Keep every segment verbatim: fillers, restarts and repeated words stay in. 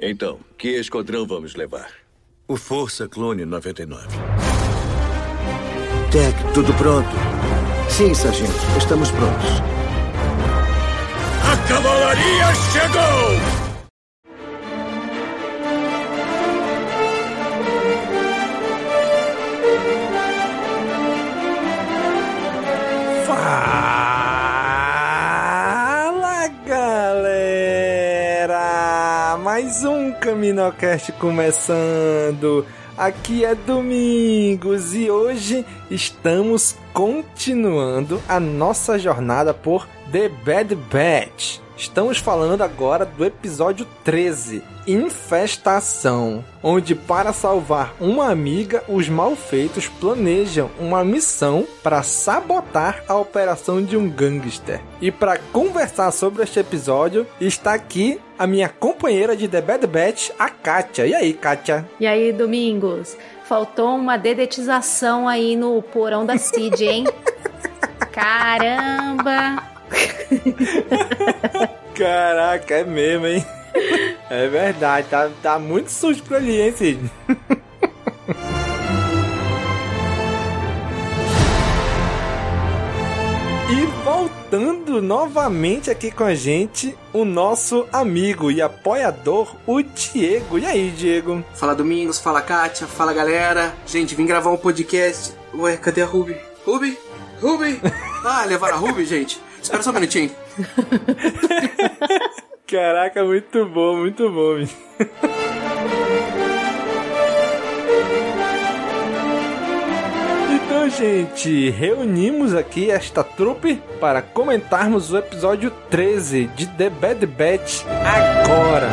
Então, que esquadrão vamos levar? O Força Clone noventa e nove. Tech, tudo pronto? Sim, sargento. Estamos prontos. A cavalaria chegou! Fala, galera! Mais um CaminoCast começando. Aqui é Domingos e hoje estamos continuando a nossa jornada por The Bad Batch. Estamos falando agora do episódio treze, Infestação, onde para salvar uma amiga, os malfeitos planejam uma missão para sabotar a operação de um gangster. E para conversar sobre este episódio, está aqui a minha companheira de The Bad Batch, a Kátia. E aí, Kátia? E aí, Domingos? Faltou uma dedetização aí no porão da Cid, hein? Caramba! Caraca, é mesmo, hein? É verdade, tá, tá muito sujo por ali, hein, Cid? E voltando novamente aqui com a gente, o nosso amigo e apoiador, o Diego. E aí, Diego? Fala, Domingos, fala, Kátia, fala, galera. Gente, vim gravar um podcast. Ué, cadê a Ruby? Ruby? Ruby? Ah, levaram a Ruby, gente? Espera só um minutinho. Caraca, muito bom, muito bom. Então, gente, reunimos aqui esta trupe para comentarmos o episódio treze de The Bad Batch agora.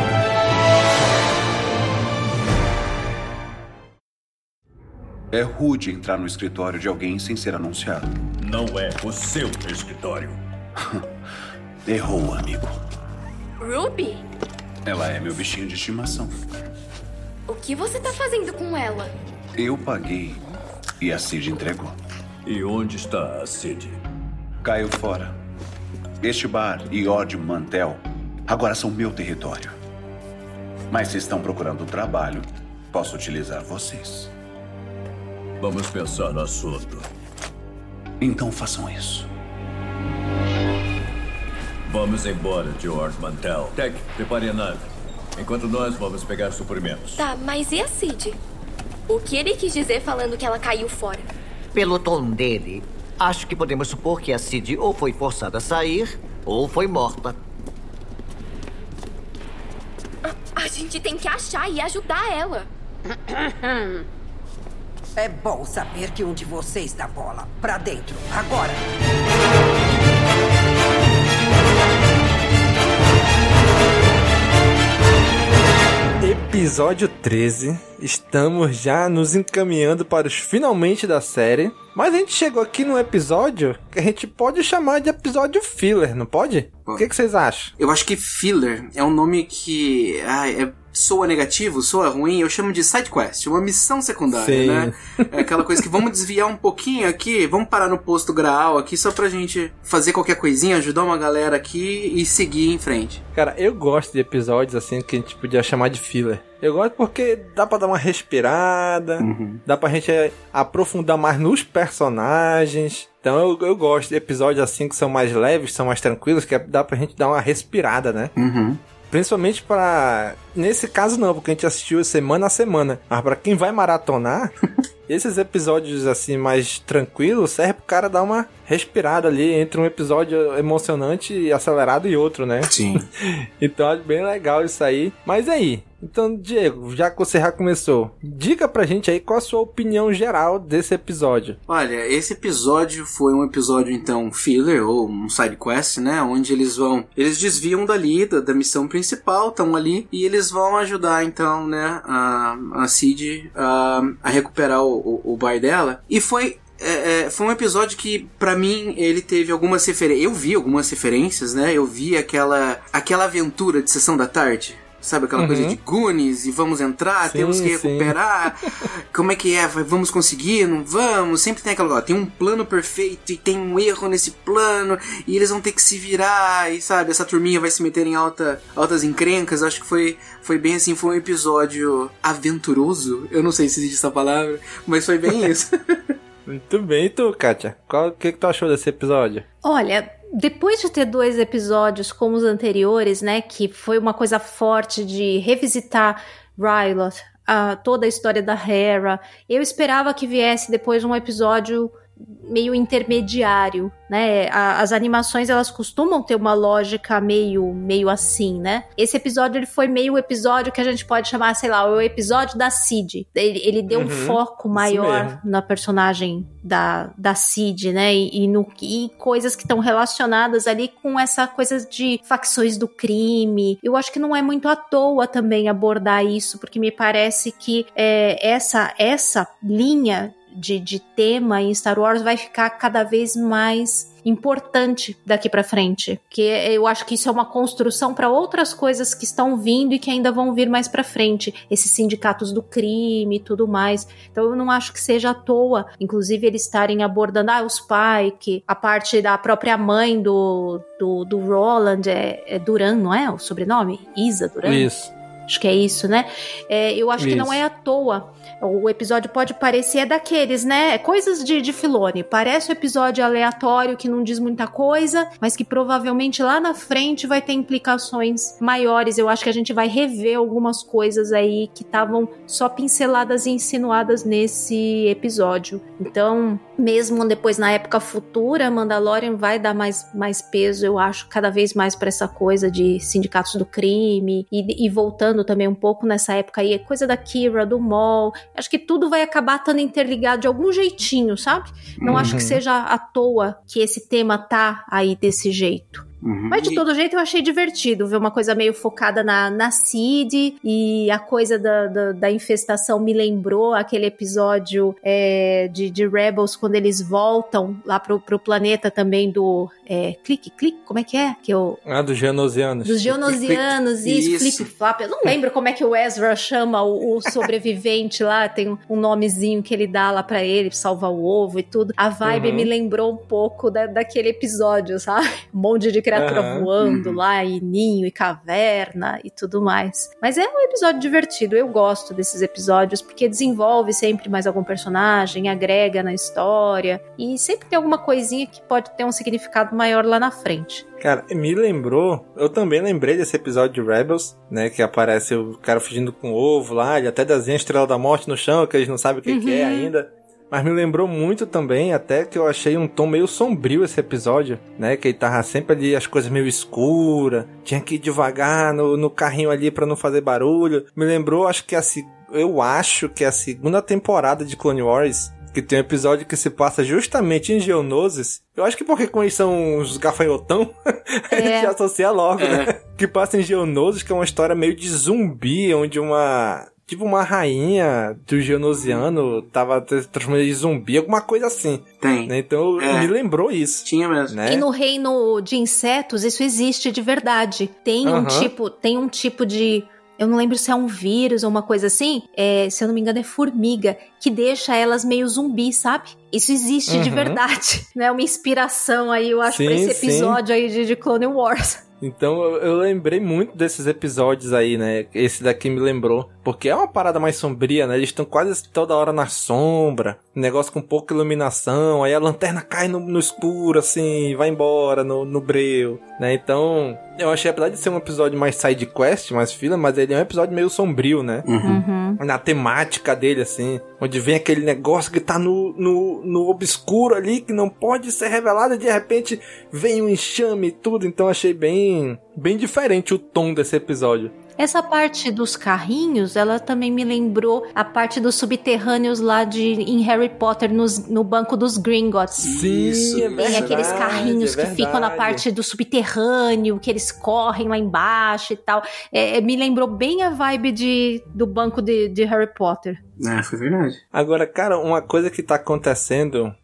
É rude entrar no escritório de alguém sem ser anunciado. Não é o seu escritório. Errou, amigo. Ruby? Ela é meu bichinho de estimação. O que você tá fazendo com ela? Eu paguei e a Cid entregou. E onde está a Cid? Caiu fora. Este bar e Ord Mantell agora são meu território. Mas se estão procurando trabalho, posso utilizar vocês. Vamos pensar no assunto. Então façam isso. Vamos embora de Ord Mantell. Tech, prepare a nave. Enquanto nós vamos pegar suprimentos. Tá, mas e a Cid? O que ele quis dizer falando que ela caiu fora? Pelo tom dele, acho que podemos supor que a Cid ou foi forçada a sair, ou foi morta. A, a gente tem que achar e ajudar ela. É bom saber que um de vocês dá bola. Pra dentro, agora! Episódio treze. Estamos já nos encaminhando para os finalmente da série. Mas a gente chegou aqui num episódio que a gente pode chamar de episódio filler, não pode? O que, que vocês acham? Eu acho que filler é um nome que ah, é, soa negativo, soa ruim. Eu chamo de side quest, uma missão secundária, Sim. né? É aquela coisa que vamos desviar um pouquinho aqui, vamos parar no posto Graal aqui só pra gente fazer qualquer coisinha, ajudar uma galera aqui e seguir em frente. Cara, eu gosto de episódios assim que a gente podia chamar de filler. Eu gosto porque dá pra dar uma respirada, uhum. Dá pra gente aprofundar mais nos personagens. Então eu, eu gosto de episódios assim que são mais leves, são mais tranquilos, que dá pra gente dar uma respirada, né? Uhum. Principalmente pra... Nesse caso não, porque a gente assistiu semana a semana. Mas pra quem vai maratonar, esses episódios assim mais tranquilos serve pro cara dar uma respirada ali entre um episódio emocionante e acelerado e outro, né? Sim. Então é bem legal isso aí. Mas aí, então, Diego, já que você já começou, diga pra gente aí qual a sua opinião geral desse episódio. Olha, esse episódio foi um episódio, então, filler, ou um side quest, né? Onde eles vão... Eles desviam dali, da, da missão principal, estão ali, e eles vão ajudar, então, né, a, a Cid a, a recuperar o, o, o bar dela. E foi... É, é, foi um episódio que, pra mim, ele teve algumas referências. Eu vi algumas referências, né? Eu vi aquela, aquela aventura de Sessão da Tarde. sabe aquela Uhum. coisa de Goonies, e vamos entrar, Sim, temos que sim. recuperar, como é que é, vamos conseguir, não vamos, sempre tem aquela, ó, tem um plano perfeito e tem um erro nesse plano, e eles vão ter que se virar, e sabe, essa turminha vai se meter em alta, altas encrencas. Acho que foi, foi bem assim, foi um episódio aventuroso, eu não sei se existe essa palavra, mas foi bem isso. Muito bem, e tu, Kátia? O que, que tu achou desse episódio? Olha, depois de ter dois episódios como os anteriores, né, que foi uma coisa forte de revisitar Rylot, a, toda a história da Hera, eu esperava que viesse depois um episódio meio intermediário, né? A, as animações, elas costumam ter uma lógica meio, meio assim, né? Esse episódio, ele foi meio o episódio que a gente pode chamar, sei lá, o episódio da Cid. Ele, ele deu uhum, um foco maior na personagem da, da Cid, né? E, e, no, e coisas que estão relacionadas ali com essa coisa de facções do crime. Eu acho que não é muito à toa também abordar isso, porque me parece que é, essa, essa linha De, de tema em Star Wars vai ficar cada vez mais importante daqui pra frente, que eu acho que isso é uma construção para outras coisas que estão vindo e que ainda vão vir mais pra frente, esses sindicatos do crime e tudo mais. Então eu não acho que seja à toa, inclusive eles estarem abordando ah, os Pike, a parte da própria mãe do, do, do Roland é, é Duran, não é o sobrenome? Isa Duran? Isso. Acho que é isso, né? É, eu acho isso. que não é à toa. O episódio pode parecer daqueles, né? Coisas de, de Filoni. Parece um episódio aleatório que não diz muita coisa, mas que provavelmente lá na frente vai ter implicações maiores. Eu acho que a gente vai rever algumas coisas aí que estavam só pinceladas e insinuadas nesse episódio. Então, mesmo depois na época futura, Mandalorian vai dar mais, mais peso, eu acho, cada vez mais para essa coisa de sindicatos do crime e, e voltando também um pouco nessa época aí, coisa da Qi'ra, do Maul. Acho que tudo vai acabar estando interligado de algum jeitinho, sabe? Não uhum. acho que seja à toa que esse tema tá aí desse jeito. Uhum. Mas de todo jeito eu achei divertido ver uma coisa meio focada na, na Cid, e a coisa da, da, da infestação me lembrou aquele episódio é, de, de Rebels, quando eles voltam lá pro, pro planeta também do é, clique, clique, como é que é? Que eu... Ah, dos Geonosianos. Dos Geonosianos, isso, isso. Flip-flop. Eu não lembro como é que o Ezra chama o, o sobrevivente lá, tem um, um nomezinho que ele dá lá pra ele, salvar o ovo e tudo. A vibe uhum. me lembrou um pouco da, daquele episódio, sabe? Um monte de criatura uhum, voando uhum. lá, e ninho, e caverna, e tudo mais. Mas é um episódio divertido, eu gosto desses episódios, porque desenvolve sempre mais algum personagem, agrega na história, e sempre tem alguma coisinha que pode ter um significado maior lá na frente. Cara, me lembrou, eu também lembrei desse episódio de Rebels, né, que aparece o cara fugindo com o ovo lá, ele até desenha a Estrela da Morte no chão, que eles não sabem o que, uhum. que é ainda. Mas me lembrou muito também, até que eu achei um tom meio sombrio esse episódio, né? Que ele tava sempre ali, as coisas meio escuras, tinha que ir devagar no, no carrinho ali pra não fazer barulho. Me lembrou, acho que a, eu acho que é a segunda temporada de Clone Wars, que tem um episódio que se passa justamente em Geonosis. Eu acho que porque como eles são uns gafanhotão, é. a gente associa logo, é. né? Que passa em Geonosis, que é uma história meio de zumbi, onde uma... Tipo, uma rainha do Geonosiano tava transformando em zumbi, alguma coisa assim. Tem. Né? Então, é. me lembrou isso. Tinha mesmo. Né? E no reino de insetos, isso existe de verdade. Tem uhum. um tipo, tem um tipo de... Eu não lembro se é um vírus ou uma coisa assim. É, se eu não me engano, é formiga. Que deixa elas meio zumbi, sabe? Isso existe uhum. de verdade. Né? Uma inspiração aí, eu acho, sim, pra esse episódio sim. aí de, de Clone Wars. Então eu, eu lembrei muito desses episódios aí, né? Esse daqui me lembrou. Porque é uma parada mais sombria, né? Eles estão quase toda hora na sombra. Negócio com pouca iluminação. Aí a lanterna cai no, no escuro, assim, vai embora no, no breu, né? Então, eu achei, apesar de ser um episódio mais side quest, mais fila, mas ele é um episódio meio sombrio, né? Uhum. Na temática dele, assim. Onde vem aquele negócio que tá no, no, no obscuro ali, que não pode ser revelado, e de repente vem um enxame e tudo. Então achei bem, bem diferente o tom desse episódio. Essa parte dos carrinhos, ela também me lembrou a parte dos subterrâneos lá de, em Harry Potter, nos, no banco dos Gringotts. Sim, Isso, é verdade, tem aqueles carrinhos é que ficam na parte do subterrâneo, que eles correm lá embaixo e tal. É, me lembrou bem a vibe de, do banco de, de Harry Potter. É, foi verdade. Agora, cara, uma coisa que tá acontecendo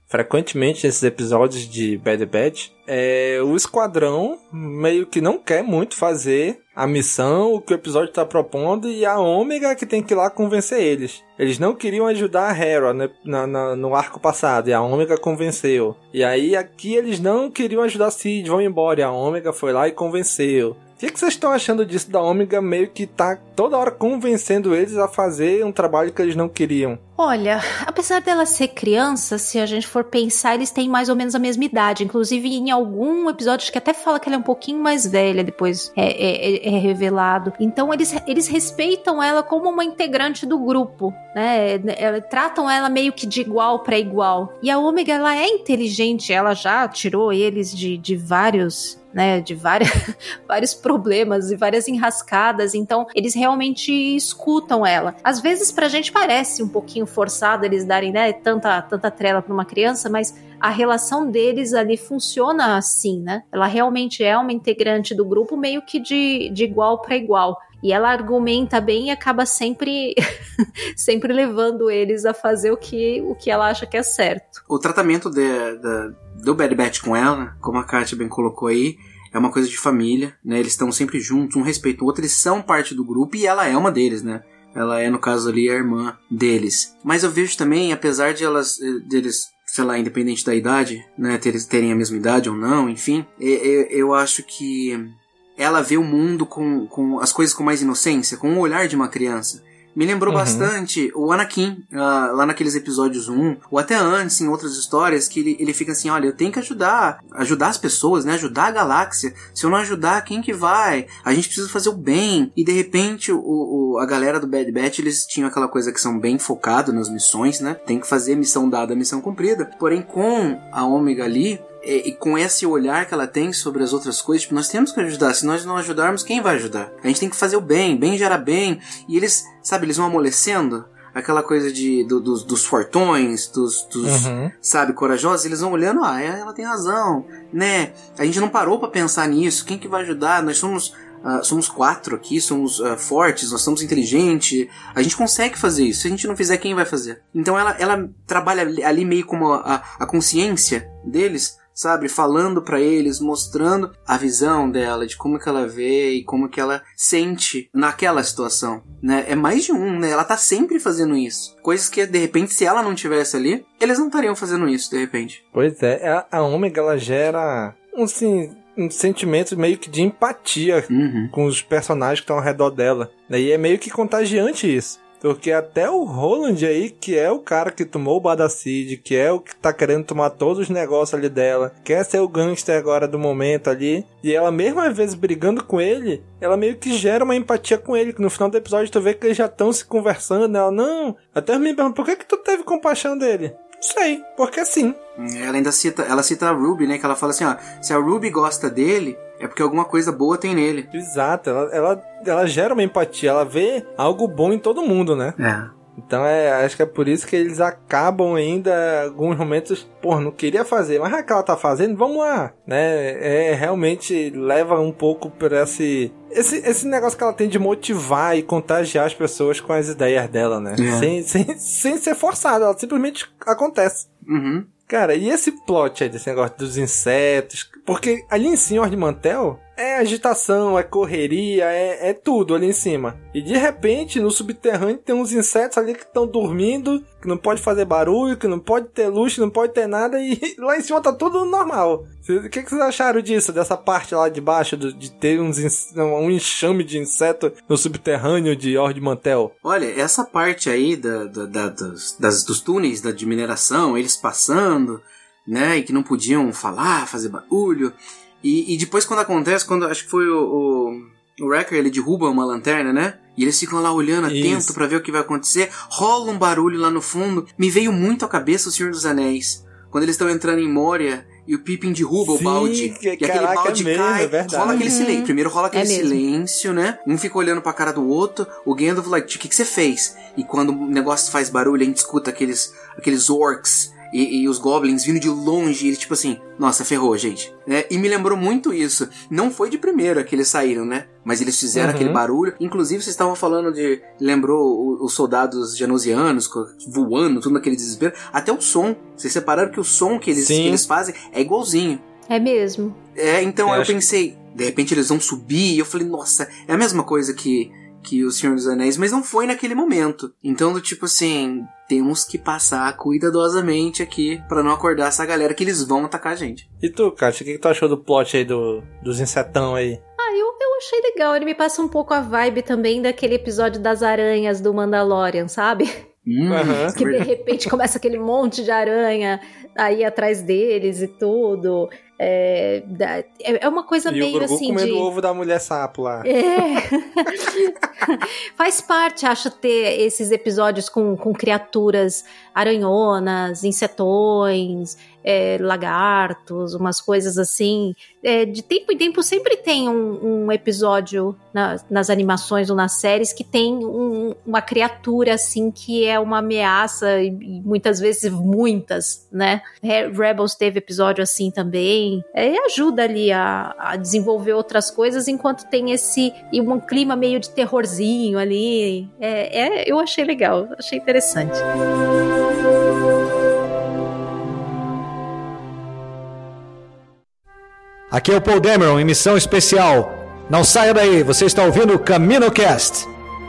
frequentemente nesses episódios de Bad Batch, é, o esquadrão meio que não quer muito fazer a missão, o que o episódio está propondo, e a Ômega que tem que ir lá convencer eles. Eles não queriam ajudar a Hera, né, na, na, no arco passado, e a Ômega convenceu. E aí aqui eles não queriam ajudar a Cid, vão embora, e a Ômega foi lá e convenceu. O que, que vocês estão achando disso da Ômega meio que tá toda hora convencendo eles a fazer um trabalho que eles não queriam? Olha, apesar dela ser criança, se a gente for pensar, eles têm mais ou menos a mesma idade. Inclusive, em algum episódio, acho que até fala que ela é um pouquinho mais velha, depois é, é, é revelado. Então, eles, eles respeitam ela como uma integrante do grupo, né? Ela, tratam ela meio que de igual para igual. E a Ômega, ela é inteligente, ela já tirou eles de, de vários... né, de várias, vários problemas e várias enrascadas, então eles realmente escutam ela. Às vezes pra gente parece um pouquinho forçado eles darem, né, tanta, tanta trela pra uma criança, mas a relação deles ali funciona assim, né? Ela realmente é uma integrante do grupo meio que de, de igual para igual. E ela argumenta bem e acaba sempre, sempre levando eles a fazer o que, o que ela acha que é certo. O tratamento de, de, do Bad Batch com ela, como a Kátia bem colocou aí, é uma coisa de família, né? Eles estão sempre juntos, um respeita o outro, eles são parte do grupo e ela é uma deles, né? Ela é, no caso ali, a irmã deles. Mas eu vejo também, apesar de elas, deles, sei lá, independente da idade, né? Terem a mesma idade ou não, enfim, eu, eu acho que ela vê o mundo com, com as coisas com mais inocência, com o olhar de uma criança. Me lembrou uhum. bastante o Anakin, uh, lá naqueles episódios um, ou até antes, em outras histórias, que ele, ele fica assim, olha, eu tenho que ajudar, ajudar as pessoas, né, ajudar a galáxia. Se eu não ajudar, quem que vai? A gente precisa fazer o bem. E de repente, o, o, a galera do Bad Batch, eles tinham aquela coisa que são bem focados nas missões, né, tem que fazer missão dada, missão cumprida. Porém, com a Ômega ali, e com esse olhar que ela tem sobre as outras coisas, tipo, nós temos que ajudar. Se nós não ajudarmos, quem vai ajudar? A gente tem que fazer o bem, bem gera bem. E eles, sabe, eles vão amolecendo aquela coisa de, do, dos, dos fortões, dos, dos uhum. sabe, corajosos. Eles vão olhando, ah, ela tem razão, né? A gente não parou pra pensar nisso. Quem que vai ajudar? Nós somos... Uh, somos quatro aqui, somos uh, fortes, nós somos inteligentes, a gente consegue fazer isso. Se a gente não fizer, quem vai fazer? Então ela, ela trabalha ali meio como a, a consciência deles, sabe? Falando pra eles, mostrando a visão dela, de como que ela vê e como que ela sente naquela situação, né? É mais de um, né? Ela tá sempre fazendo isso. Coisas que, de repente, se ela não tivesse ali, eles não estariam fazendo isso, de repente. Pois é, a, a Ômega, ela gera, assim... um sentimento meio que de empatia uhum. com os personagens que estão ao redor dela. E é meio que contagiante isso. Porque até o Roland aí, que é o cara que tomou o Badacid, que é o que tá querendo tomar todos os negócios ali dela, quer ser o gangster agora do momento ali, e ela mesmo às vezes brigando com ele, ela meio que gera uma empatia com ele, que no final do episódio tu vê que eles já estão se conversando, ela, não, até me pergunta, por que que tu teve compaixão dele? Sei, porque sim. Ela ainda cita, ela cita a Ruby, né, que ela fala assim, ó, se a Ruby gosta dele, é porque alguma coisa boa tem nele. Exato, ela, ela, ela gera uma empatia, ela vê algo bom em todo mundo, né? É. Então é, acho que é por isso que eles acabam ainda, em alguns momentos, pô, não queria fazer, mas já que ela tá fazendo, vamos lá, né? É, realmente leva um pouco por esse, esse, esse negócio que ela tem de motivar e contagiar as pessoas com as ideias dela, né? É. Sem, sem, sem ser forçada, ela simplesmente acontece. Uhum. Cara, e esse plot aí desse negócio dos insetos? Porque ali em cima de Mantel é agitação, é correria, é, é tudo ali em cima. E de repente, no subterrâneo tem uns insetos ali que estão dormindo, que não pode fazer barulho, que não pode ter luz, que não pode ter nada, e lá em cima tá tudo normal. O que, que vocês acharam disso? Dessa parte lá de baixo, do, de ter uns, um enxame de inseto no subterrâneo de Ord Mantell? Olha, essa parte aí da, da, da, das, das, dos túneis da, de mineração, eles passando, né, e que não podiam falar, fazer barulho. E, e depois quando acontece, quando acho que foi o, o, o Wrecker, ele derruba uma lanterna, né? E eles ficam lá olhando, atento pra ver o que vai acontecer. Rola um barulho lá no fundo. Me veio muito à cabeça o Senhor dos Anéis. Quando eles estão entrando em Moria e o Pippin derruba Sim, o balde. Que, e caraca, aquele balde é mesmo, cai. É rola aquele uhum. silêncio. Primeiro rola aquele é silêncio, né? Um fica olhando pra cara do outro. O Gandalf, like, o que, que você fez? E quando o negócio faz barulho, a gente escuta aqueles, aqueles orcs e, e os goblins vindo de longe, e ele tipo assim, nossa, ferrou, gente. É, e me lembrou muito isso. Não foi de primeira que eles saíram, né? Mas eles fizeram uhum. aquele barulho. Inclusive, vocês estavam falando de... Lembrou os soldados genosianos voando, tudo naquele desespero. Até o som. Vocês separaram que o som que eles, que eles fazem é igualzinho. É mesmo. É, então eu, eu acho... pensei... De repente eles vão subir. E eu falei, nossa, é a mesma coisa que... que o Senhor dos Anéis, mas não foi naquele momento. Então, do tipo assim, temos que passar cuidadosamente aqui pra não acordar essa galera que eles vão atacar a gente. E tu, Kátia, o que, que tu achou do plot aí do, dos insetão aí? Ah, eu, eu achei legal. Ele me passa um pouco a vibe também daquele episódio das aranhas do Mandalorian, sabe? Hum, uhum. Que de repente começa aquele monte de aranha aí atrás deles e tudo. É, é uma coisa e meio o assim comendo de... o ovo da mulher sapo lá. É. Faz parte, acho, ter esses episódios com, com criaturas aranhonas, insetões, é, lagartos, umas coisas assim. É, de tempo em tempo sempre tem um, um episódio na, nas animações ou nas séries que tem um, uma criatura assim que é uma ameaça e, e muitas vezes muitas, né? Rebels teve episódio assim também. É, ajuda ali a, a desenvolver outras coisas enquanto tem esse e um clima meio de terrorzinho ali. É, é, eu achei legal, achei interessante. Aqui é o Paul Dameron em missão especial. Não saia daí, você está ouvindo o CaminoCast.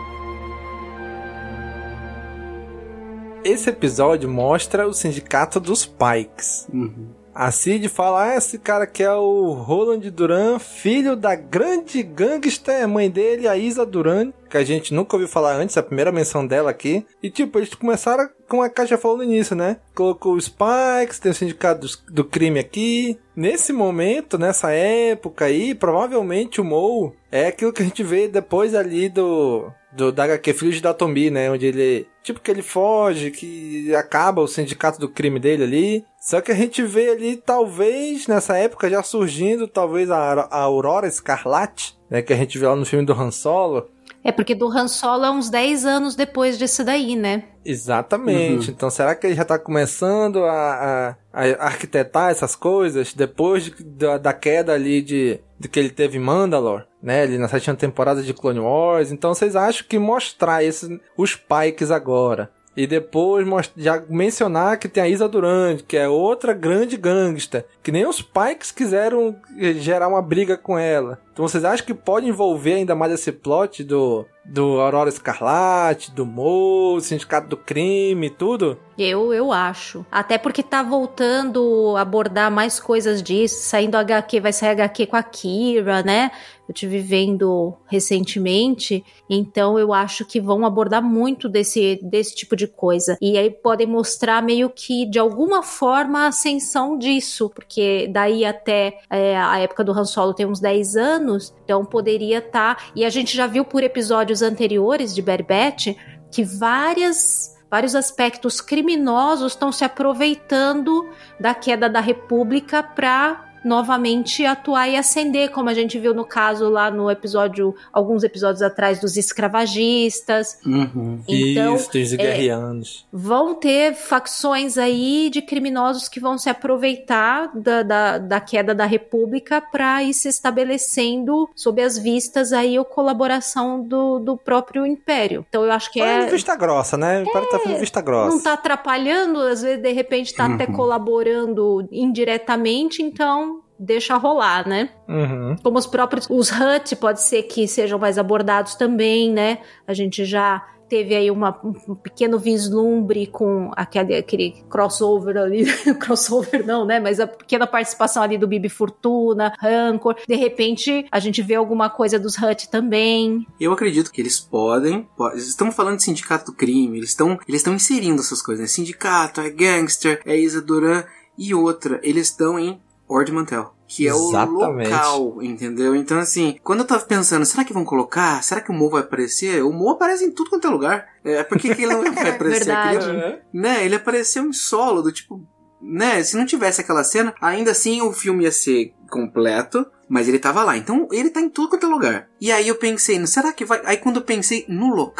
Esse episódio mostra o sindicato dos Pikes. Uhum. A Cid fala, ah, esse cara aqui é o Roland Duran, filho da grande gangster, mãe dele, a Isa Duran, que a gente nunca ouviu falar antes, é a primeira menção dela aqui. E tipo, eles começaram, como a Kátia falou no início, né? Colocou os Pikes, tem o sindicato do, do crime aqui. Nesse momento, nessa época aí, provavelmente o Maul é aquilo que a gente vê depois ali do... do da H Q Filhos da Tombi, né? Onde ele... Tipo que ele foge, que acaba o sindicato do crime dele ali. Só que a gente vê ali, talvez, nessa época, já surgindo, talvez, a, a Aurora Escarlate, né? Que a gente vê lá no filme do Han Solo. É porque do Han Solo é uns dez anos depois disso daí, né? Exatamente. Uhum. Então, será que ele já tá começando a, a, a arquitetar essas coisas depois de, da, da queda ali de, de que ele teve em Mandalore, né? Ali na sétima temporada de Clone Wars. Então, vocês acham que mostrar esses, os Pikes agora e depois já mencionar que tem a Isa Duran, que é outra grande gangster, que nem os Pikes quiseram gerar uma briga com ela. Então vocês acham que pode envolver ainda mais esse plot do, do Aurora Escarlate, do Maul, Sindicato do Crime, tudo? Eu, eu acho. Até porque tá voltando a abordar mais coisas disso, saindo H Q, vai sair H Q com a Kira, né? Eu tive vendo recentemente, então eu acho que vão abordar muito desse, desse tipo de coisa. E aí podem mostrar meio que, de alguma forma, a ascensão disso, porque daí até é, a época do Han Solo tem uns dez anos, então poderia estar... Tá, e a gente já viu por episódios anteriores de Bad Batch que várias... vários aspectos criminosos estão se aproveitando da queda da República para novamente atuar e ascender, como a gente viu no caso lá no episódio, alguns episódios atrás, dos escravagistas. Uhum. Então, isso, dos guerreanos. É, vão ter facções aí de criminosos que vão se aproveitar da, da, da queda da República para ir se estabelecendo sob as vistas aí a colaboração do, do próprio Império. Então eu acho que Foi é... vista grossa, né? O Império é, tá fazendo vista grossa. Não tá atrapalhando, às vezes de repente tá uhum. até colaborando indiretamente, então deixa rolar, né? Uhum. Como os próprios... Os Hutt pode ser que sejam mais abordados também, né? A gente já teve aí uma, um pequeno vislumbre com aquele, aquele crossover ali. crossover não, né? Mas a pequena participação ali do Bibi Fortuna, Rancor. De repente, a gente vê alguma coisa dos Hutt também. Eu acredito que eles podem... podem estamos falando de sindicato do crime. Eles estão eles estão inserindo essas coisas, né? Sindicato, é gangster, é Isa Duran. E outra, eles estão em Ord Mantell, que é Exatamente. O local, entendeu? Então, assim, quando eu tava pensando, será que vão colocar? Será que o Maul vai aparecer? O Maul aparece em tudo quanto é lugar. É, por que, que ele não vai aparecer? Verdade. Ele, né, ele apareceu em solo, do tipo... Né, se não tivesse aquela cena, ainda assim o filme ia ser completo, mas ele tava lá. Então, ele tá em tudo quanto é lugar. E aí eu pensei, será que vai... Aí quando eu pensei no local...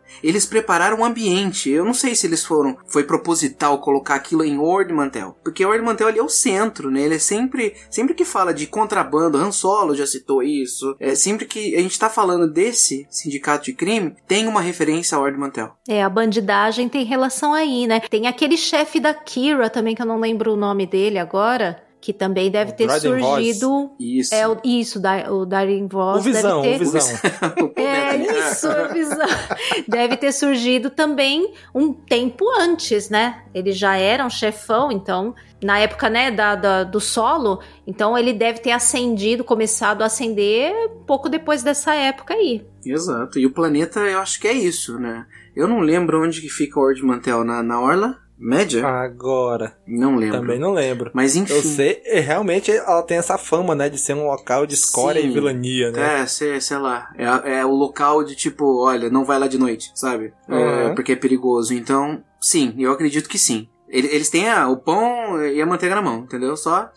eles prepararam um ambiente. Eu não sei se eles foram, foi proposital colocar aquilo em Ord Mantell, porque Ord Mantell ali é o centro, né? Ele é sempre, sempre que fala de contrabando, Han Solo já citou isso, é, sempre que a gente tá falando desse sindicato de crime, tem uma referência a Ord Mantell. É, a bandidagem tem relação aí, né? Tem aquele chefe da Kira também, que eu não lembro o nome dele agora, que também deve ter Dryden surgido... Isso. É, o, isso, da, o Dryden Voss O Visão, deve ter... o Visão. É, isso, o Visão. Deve ter surgido também um tempo antes, né? Ele já era um chefão, então... Na época, né, da, da, do Solo, então ele deve ter ascendido, começado a ascender pouco depois dessa época aí. Exato, e o planeta eu acho que é isso, né? Eu não lembro onde que fica o Ord Mantell, na, na Orla Média? Agora. Não lembro. Também não lembro. Mas enfim. Eu sei, realmente ela tem essa fama, né, de ser um local de escória Sim. e vilania, né? É, sei, sei lá. É, é o local de tipo, olha, não vai lá de noite, sabe? Uhum. É, porque é perigoso. Então, sim, eu acredito que sim. Eles têm a, o pão e a manteiga na mão, entendeu? Só...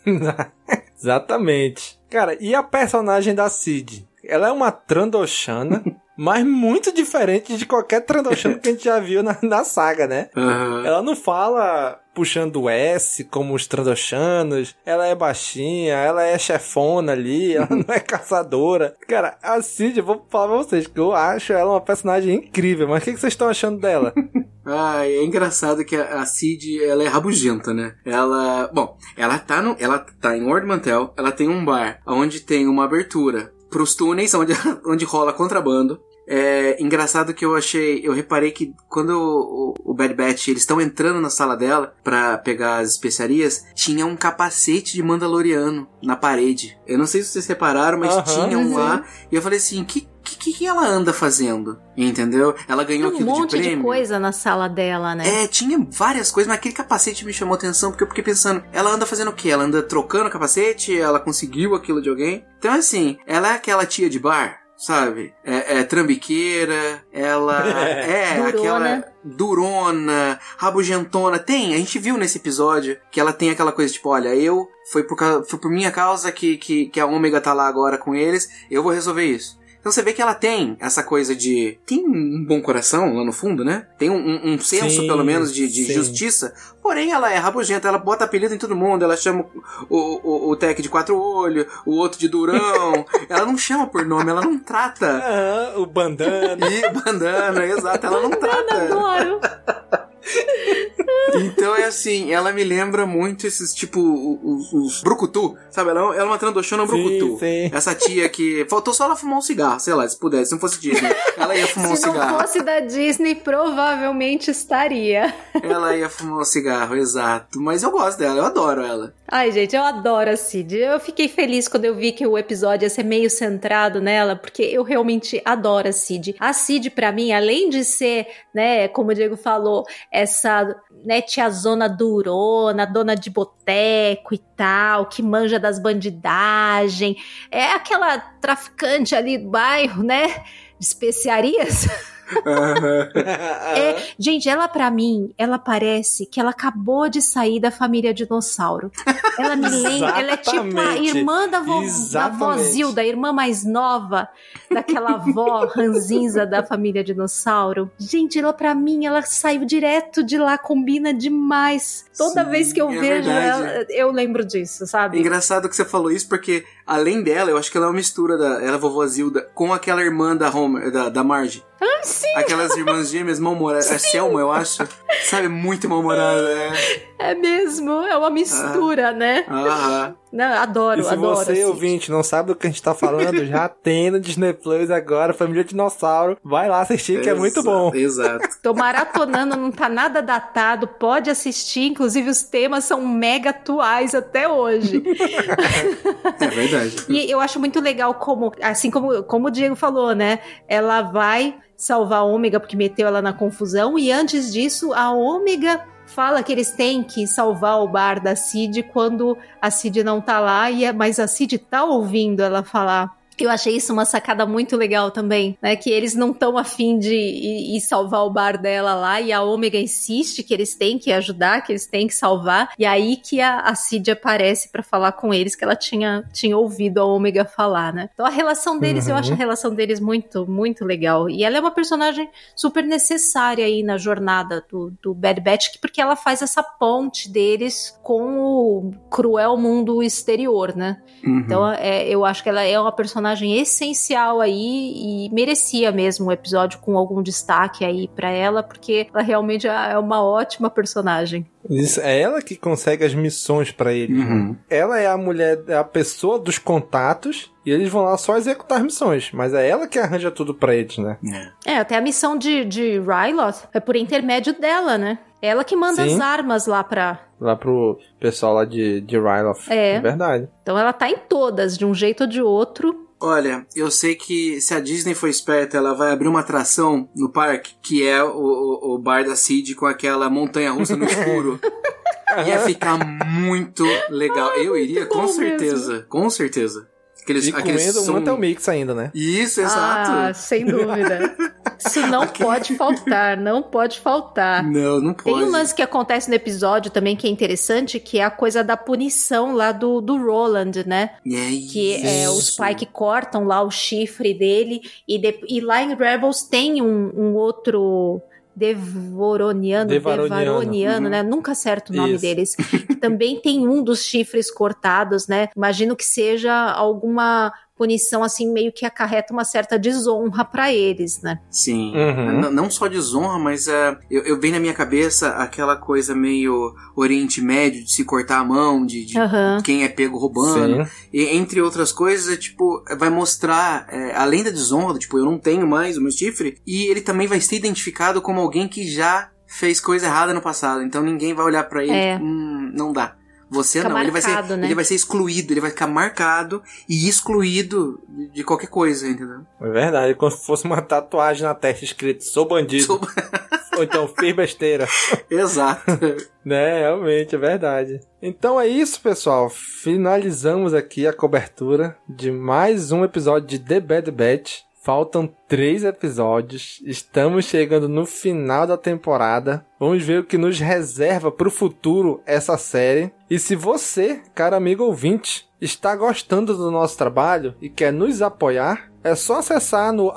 Exatamente. Cara, e a personagem da Cid? Ela é uma Trandoshana, mas muito diferente de qualquer Trandoshana que a gente já viu na, na saga, né? Uhum. Ela não fala puxando S como os Trandoshanos, ela é baixinha, ela é chefona ali, ela não é caçadora. Cara, a Cid, eu vou falar pra vocês que eu acho ela uma personagem incrível, mas o que, que vocês estão achando dela? Ah, é engraçado que a, a Cid, ela é rabugenta, né? Ela, bom, ela tá, no, ela tá em Ord Mantell, ela tem um bar onde tem uma abertura pros túneis, onde, onde rola contrabando. É engraçado que eu achei, eu reparei que quando o, o, o Bad Batch, eles estão entrando na sala dela pra pegar as especiarias, tinha um capacete de Mandaloriano na parede. Eu não sei se vocês repararam, mas uhum, tinha um sim. lá, e eu falei assim, que O que, que ela anda fazendo? Entendeu? Ela ganhou Tem um aquilo de monte prêmio. de coisa na sala dela, né? É, tinha várias coisas, mas aquele capacete me chamou atenção, porque eu fiquei pensando, ela anda fazendo o quê? Ela anda trocando o capacete? Ela conseguiu aquilo de alguém? Então, assim, ela é aquela tia de bar, sabe? É, é trambiqueira, ela é, é Durona. aquela durona, rabugentona. Tem, a gente viu nesse episódio que ela tem aquela coisa tipo, olha, eu, foi por, causa, foi por minha causa que, que, que a Ômega tá lá agora com eles, eu vou resolver isso. Então você vê que ela tem essa coisa de... Tem um bom coração lá no fundo, né? Tem um, um, um senso, sim, pelo menos, de, de justiça. Porém, ela é rabugenta. Ela bota apelido em todo mundo. Ela chama o, o, o Tech de quatro olhos, o outro de durão. Ela não chama por nome, ela não trata. Ah, o bandana. E bandana, exato. Ela não trata. Adoro. Então é assim, ela me lembra muito esses, tipo, os, os brucutu, sabe? Ela, ela é uma trandoshana brucutu. Sim, sim. Essa tia que... Faltou só ela fumar um cigarro, sei lá, se pudesse. Se não fosse Disney, ela ia fumar um Se não cigarro. fosse da Disney, provavelmente estaria. Ela ia fumar um cigarro, exato. Mas eu gosto dela, eu adoro ela. Ai, gente, eu adoro a Cid. Eu fiquei feliz quando eu vi que o episódio ia ser meio centrado nela, porque eu realmente adoro a Cid. A Cid, pra mim, além de ser, né, como o Diego falou, essa, né, tiazona durona, dona de boteco e tal, que manja das bandidagem, é aquela traficante ali do bairro, né, de especiarias. É, gente, ela pra mim, ela parece que ela acabou de sair da família dinossauro. Ela me lembra, ela é tipo a irmã da, vo, da vó Zilda, a irmã mais nova daquela avó ranzinza da família dinossauro. Gente, ela pra mim, ela saiu direto de lá, combina demais. Toda Sim, vez que eu é vejo verdade. ela, eu lembro disso, sabe? Engraçado que você falou isso, porque além dela, eu acho que ela é uma mistura da ela, vovó Zilda, com aquela irmã da Homer, da, da Marge. Ah, sim! Aquelas irmãs gêmeas mal-humoradas. É Selma, eu acho. Sabe, muito mal-humorada. É. É mesmo, é uma mistura, ah, né? Aham. Não, adoro, e se adoro. você, assim. ouvinte, não sabe do que a gente tá falando, já tem no Disney Plus agora, Família Dinossauro. Vai lá assistir, que é muito bom. Exato. Tô maratonando, não tá nada datado, pode assistir, inclusive os temas são mega atuais até hoje. É verdade. E eu acho muito legal como, assim como, como o Diego falou, né? Ela vai salvar a Ômega porque meteu ela na confusão, e antes disso, a Ômega fala que eles têm que salvar o bar da Cid quando a Cid não tá lá, e é, mas a Cid tá ouvindo ela falar Eu achei isso uma sacada muito legal também, né? Que eles não estão afim de ir, ir salvar o bar dela lá, e a Ômega insiste que eles têm que ajudar, que eles têm que salvar, e aí que a, a Cid aparece pra falar com eles, que ela tinha, tinha ouvido a Ômega falar, né? Então a relação deles, uhum. eu acho a relação deles muito, muito legal. E ela é uma personagem super necessária aí na jornada do, do Bad Batch, porque ela faz essa ponte deles com o cruel mundo exterior, né? Uhum. Então é, eu acho que ela é uma personagem essencial aí e merecia mesmo um episódio com algum destaque aí pra ela, porque ela realmente é uma ótima personagem. Isso, é ela que consegue as missões pra eles. Uhum. Ela é a mulher, é a pessoa dos contatos, e eles vão lá só executar missões, mas é ela que arranja tudo pra eles, né? É, até a missão de, de Ryloth é por intermédio dela, né? Ela que manda Sim. as armas lá pra... Lá pro pessoal lá de, de Ryloth. É. É verdade. Então ela tá em todas, de um jeito ou de outro. Olha, eu sei que se a Disney for esperta, ela vai abrir uma atração no parque, que é o, o, o bar da Cid com aquela montanha-russa no escuro. Ia ficar muito legal. Ai, eu iria, com certeza. Mesmo. Com certeza. Aqueles, e aqueles comendo som... um Mantel Mix ainda, né? Isso, exato. Ah, sem dúvida. Isso não Aqui... pode faltar, não pode faltar. Não, não pode. Tem um lance que acontece no episódio também que é interessante, que é a coisa da punição lá do, do Roland, né? É que é os Spike cortam lá o chifre dele, e, de, e lá em Rebels tem um, um outro... Devoroniano, Devaroniano, Devaroniano uhum. né? Nunca acerto o nome Isso. deles. Também tem um dos chifres cortados, né? Imagino que seja alguma punição, assim, meio que acarreta uma certa desonra pra eles, né? Sim. Uhum. N- não só desonra, mas uh, eu, eu venho na minha cabeça aquela coisa meio Oriente Médio, de se cortar a mão, de, de uhum. quem é pego roubando. Sim. E, entre outras coisas, é, tipo, vai mostrar, é, além da desonra, tipo, eu não tenho mais o meu chifre, e ele também vai ser identificado como alguém que já fez coisa errada no passado. Então ninguém vai olhar pra ele, é. hum, não dá. Você Fica não, marcado, ele vai ser, né? ele vai ser excluído, ele vai ficar marcado e excluído de, de qualquer coisa, entendeu? É verdade, como se fosse uma tatuagem na testa escrito sou bandido. Sou... Ou então fiz besteira. Exato. Né, realmente, é verdade. Então é isso, pessoal. Finalizamos aqui a cobertura de mais um episódio de The Bad Batch. Faltam três episódios, estamos chegando no final da temporada. Vamos ver o que nos reserva para o futuro essa série. E se você, caro amigo ouvinte, está gostando do nosso trabalho e quer nos apoiar, é só acessar no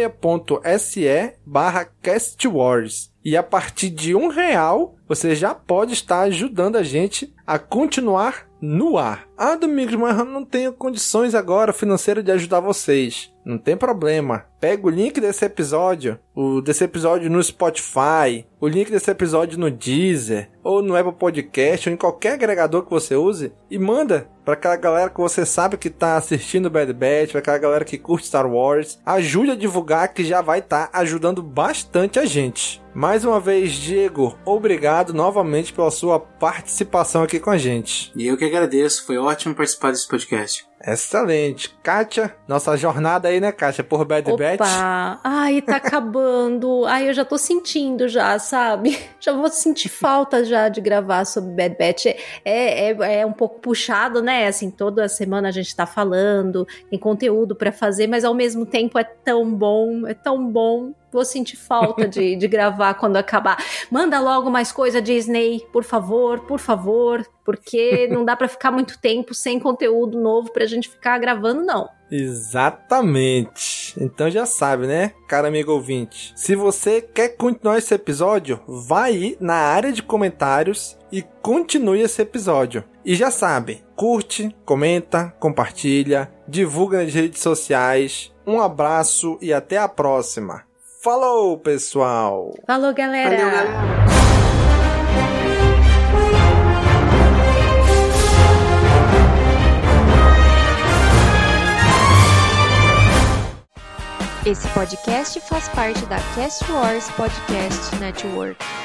apoia.se barra castwars. E a partir de um real, você já pode estar ajudando a gente a continuar no ar. Ah, Domingos, mas eu não tenho condições agora financeiras de ajudar vocês. Não tem problema. Pega o link desse episódio, o desse episódio no Spotify, o link desse episódio no Deezer, ou no Apple Podcast, ou em qualquer agregador que você use, e manda para aquela galera que você sabe que tá assistindo Bad Batch, para aquela galera que curte Star Wars. Ajude a divulgar, que já vai estar tá ajudando bastante a gente. Mais uma vez, Diego, obrigado novamente pela sua participação aqui com a gente. E eu que agradeço, foi ótimo participar desse podcast. Excelente. Kátia, nossa jornada aí, né, Kátia, por Bad Opa. Batch. Ai, tá acabando. Ai, eu já tô sentindo já, sabe? Já vou sentir falta já de gravar sobre Bad Batch. É, é, é um pouco puxado, né? Assim, toda semana a gente tá falando, tem conteúdo pra fazer, mas ao mesmo tempo é tão bom, é tão bom. Vou sentir falta de, de gravar quando acabar. Manda logo mais coisa, Disney, por favor, por favor, porque não dá pra ficar muito tempo sem conteúdo novo pra gente ficar gravando, não. Exatamente. Então já sabe, né, cara amigo ouvinte? Se você quer continuar esse episódio, vai aí na área de comentários e continue esse episódio. E já sabe, curte, comenta, compartilha, divulga nas redes sociais. Um abraço e até a próxima. Falou, pessoal! Falou, galera! Valeu, galera! Esse podcast faz parte da Cast Wars Podcast Network.